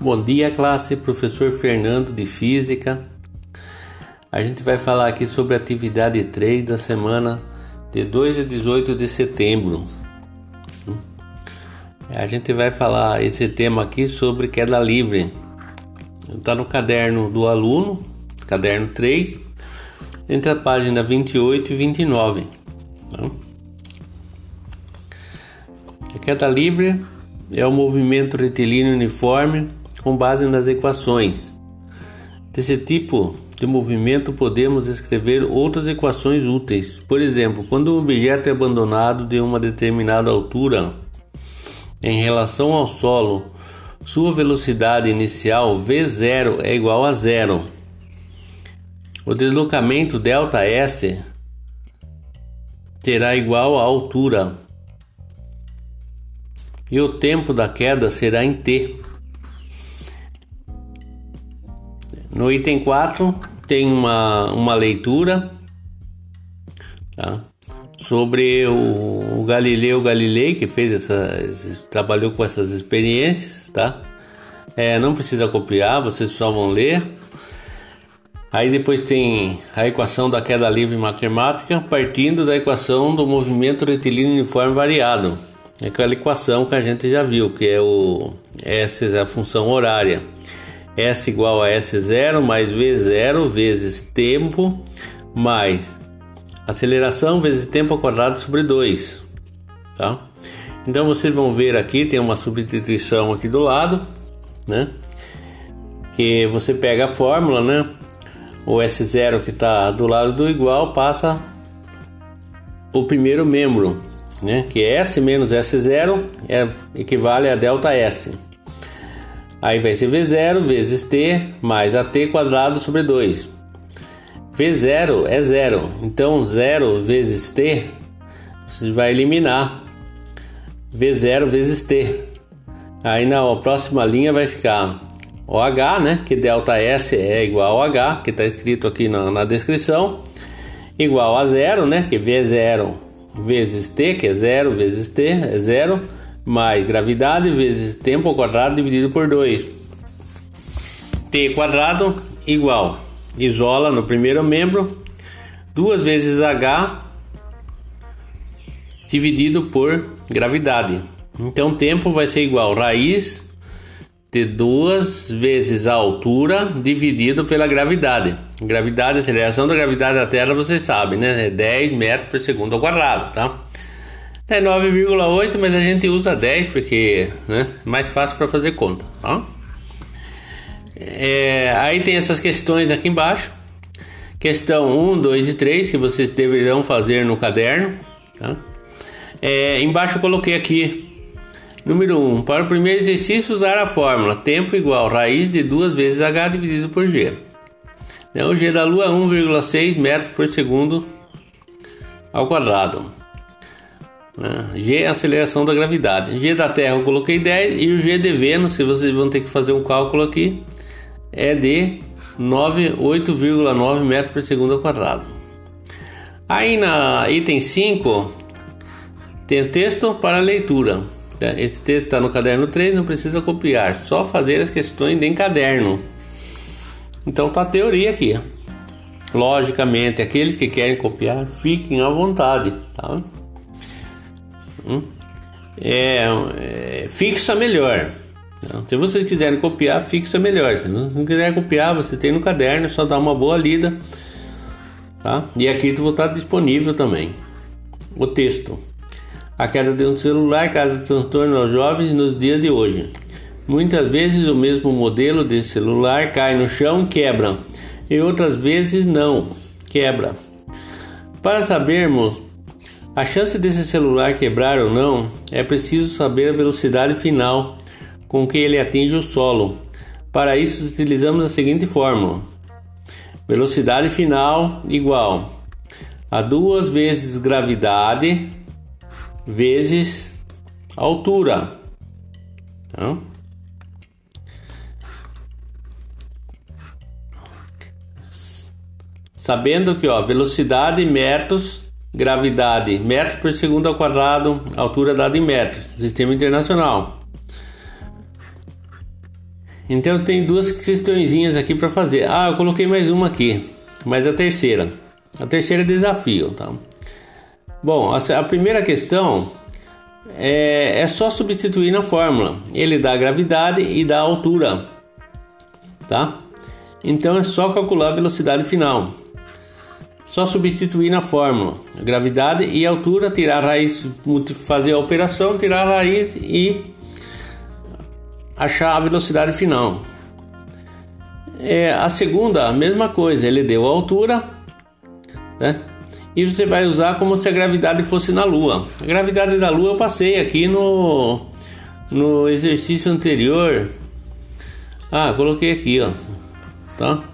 Bom dia, classe. Professor Fernando de Física. A gente vai falar aqui sobre a atividade 3 da semana de 2 a 18 de setembro. A gente vai falar esse tema aqui sobre queda livre. Está no caderno do aluno, caderno 3, entre a página 28 e 29. A queda livre é o movimento retilíneo uniforme com base nas equações. Desse tipo de movimento podemos escrever outras equações úteis. Por exemplo, quando um objeto é abandonado de uma determinada altura em relação ao solo, sua velocidade inicial V0 é igual a zero. O deslocamento ΔS será igual à altura e o tempo da queda será em t. No item 4 tem uma leitura, tá, sobre o Galileu Galilei, que trabalhou com essas experiências, tá? Não precisa copiar, vocês só vão ler. Aí depois tem a equação da queda livre matemática, partindo da equação do movimento retilíneo uniforme variado. É aquela equação que a gente já viu, que é S é a função horária. S igual a S0 mais V0 vezes tempo mais aceleração vezes tempo ao quadrado sobre 2, tá? Então vocês vão ver aqui, tem uma substituição aqui do lado, né? Que você pega a fórmula, né? O S0 que está do lado do igual passa o primeiro membro, né? Que é S menos S0 equivale a ΔS. Aí vai ser V0 vezes T mais AT quadrado sobre 2. V0 é zero, então 0 vezes T você vai eliminar V0 vezes T. Aí na próxima linha vai ficar OH, né? Que ΔS é igual a H, que está escrito aqui na descrição, igual a zero, né? Que V0 vezes T, que é 0 vezes T, é zero, mais gravidade vezes tempo ao quadrado dividido por 2. T quadrado igual, isola no primeiro membro, 2 vezes H dividido por gravidade. Então tempo vai ser igual a raiz de 2 vezes a altura dividido pela gravidade. Gravidade, aceleração da gravidade da Terra, vocês sabem, né? É 10 metros por segundo ao quadrado, tá? É 9,8, mas a gente usa 10 porque, né, é mais fácil para fazer conta, tá? Aí tem essas questões aqui embaixo. Questão 1, 2 e 3 que vocês deverão fazer no caderno, tá? Embaixo eu coloquei aqui número 1. Para o primeiro exercício, usar a fórmula tempo igual raiz de 2 vezes H dividido por G. O G da Lua é 1,6 metros por segundo ao quadrado. G é a aceleração da gravidade. G da Terra eu coloquei 10 e o G de Vênus, que vocês vão ter que fazer um cálculo aqui, é de 8,9 metros por segundo ao quadrado. Aí na item 5 tem texto para leitura. Esse texto está no caderno 3, não precisa copiar, só fazer as questões em caderno. Então tá a teoria aqui. Logicamente, aqueles que querem copiar, fiquem à vontade, tá? Fixa melhor. Se vocês quiserem copiar, fixa melhor. Se não quiser copiar, você tem no caderno, é só dar uma boa lida, tá? E aqui vou estar disponível também o texto. A queda de um celular causa transtorno aos jovens nos dias de hoje. Muitas vezes o mesmo modelo de celular cai no chão e quebra, e outras vezes não quebra. Para sabermos a chance desse celular quebrar ou não, é preciso saber a velocidade final com que ele atinge o solo. Para isso, utilizamos a seguinte fórmula: velocidade final igual a 2 vezes gravidade vezes altura. Sabendo que velocidade metros, gravidade metros por segundo ao quadrado, altura dada em metros, sistema internacional. Então tem duas questõezinhas aqui para fazer. Eu coloquei mais uma aqui, mas a terceira é desafio, tá? Bom, a primeira questão é só substituir na fórmula. Ele dá a gravidade e dá a altura, tá? Então é só calcular a velocidade final. Só substituir na fórmula a gravidade e a altura, tirar a raiz, fazer a operação, tirar a raiz e achar a velocidade final. A segunda, a mesma coisa, ele deu a altura, né? E você vai usar como se a gravidade fosse na Lua. A gravidade da Lua eu passei aqui no exercício anterior. Coloquei aqui, ó, tá?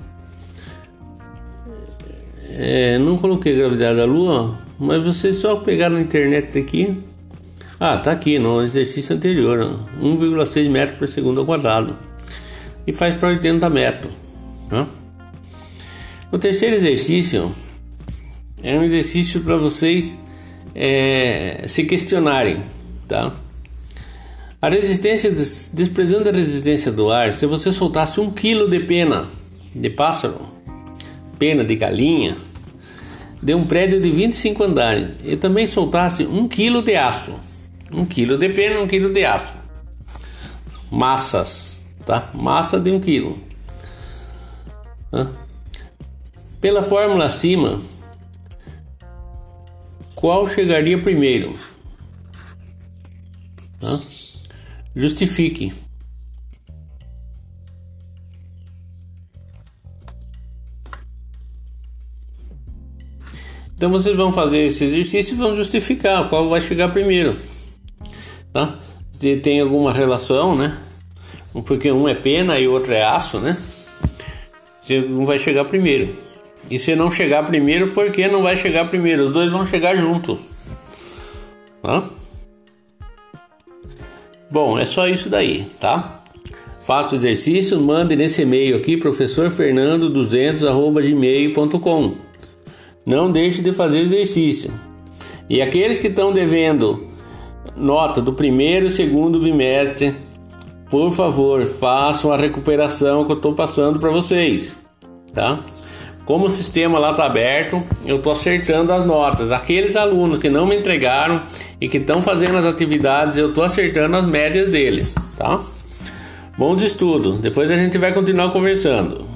Não coloquei a gravidade da Lua, mas vocês só pegaram na internet aqui. Tá aqui no exercício anterior, 1,6 metros por segundo ao quadrado. E faz para 80 metros, né? O terceiro exercício é um exercício para vocês se questionarem, tá? A resistência, desprezando a resistência do ar, se você soltasse 1 kg de pena de pássaro, pena de galinha, de um prédio de 25 andares, e também soltasse 1 kg de aço, 1 kg de pena, 1 kg de aço, massas, tá? Massa de 1 kg. Pela fórmula acima, qual chegaria primeiro? Justifique. Então vocês vão fazer esse exercício e vão justificar qual vai chegar primeiro, tá? Se tem alguma relação, né? Porque um é pena e o outro é aço, né? Um vai chegar primeiro. E se não chegar primeiro, por que não vai chegar primeiro? Os dois vão chegar juntos, tá? Bom, é só isso daí, tá? Faça o exercício, mande nesse e-mail aqui, professorfernando200@gmail.com. Não deixe de fazer exercício. E aqueles que estão devendo nota do primeiro e segundo bimestre, por favor, façam a recuperação que eu estou passando para vocês, tá? Como o sistema lá está aberto, eu estou acertando as notas. Aqueles alunos que não me entregaram e que estão fazendo as atividades, eu estou acertando as médias deles, tá? Bons estudos. Depois a gente vai continuar conversando.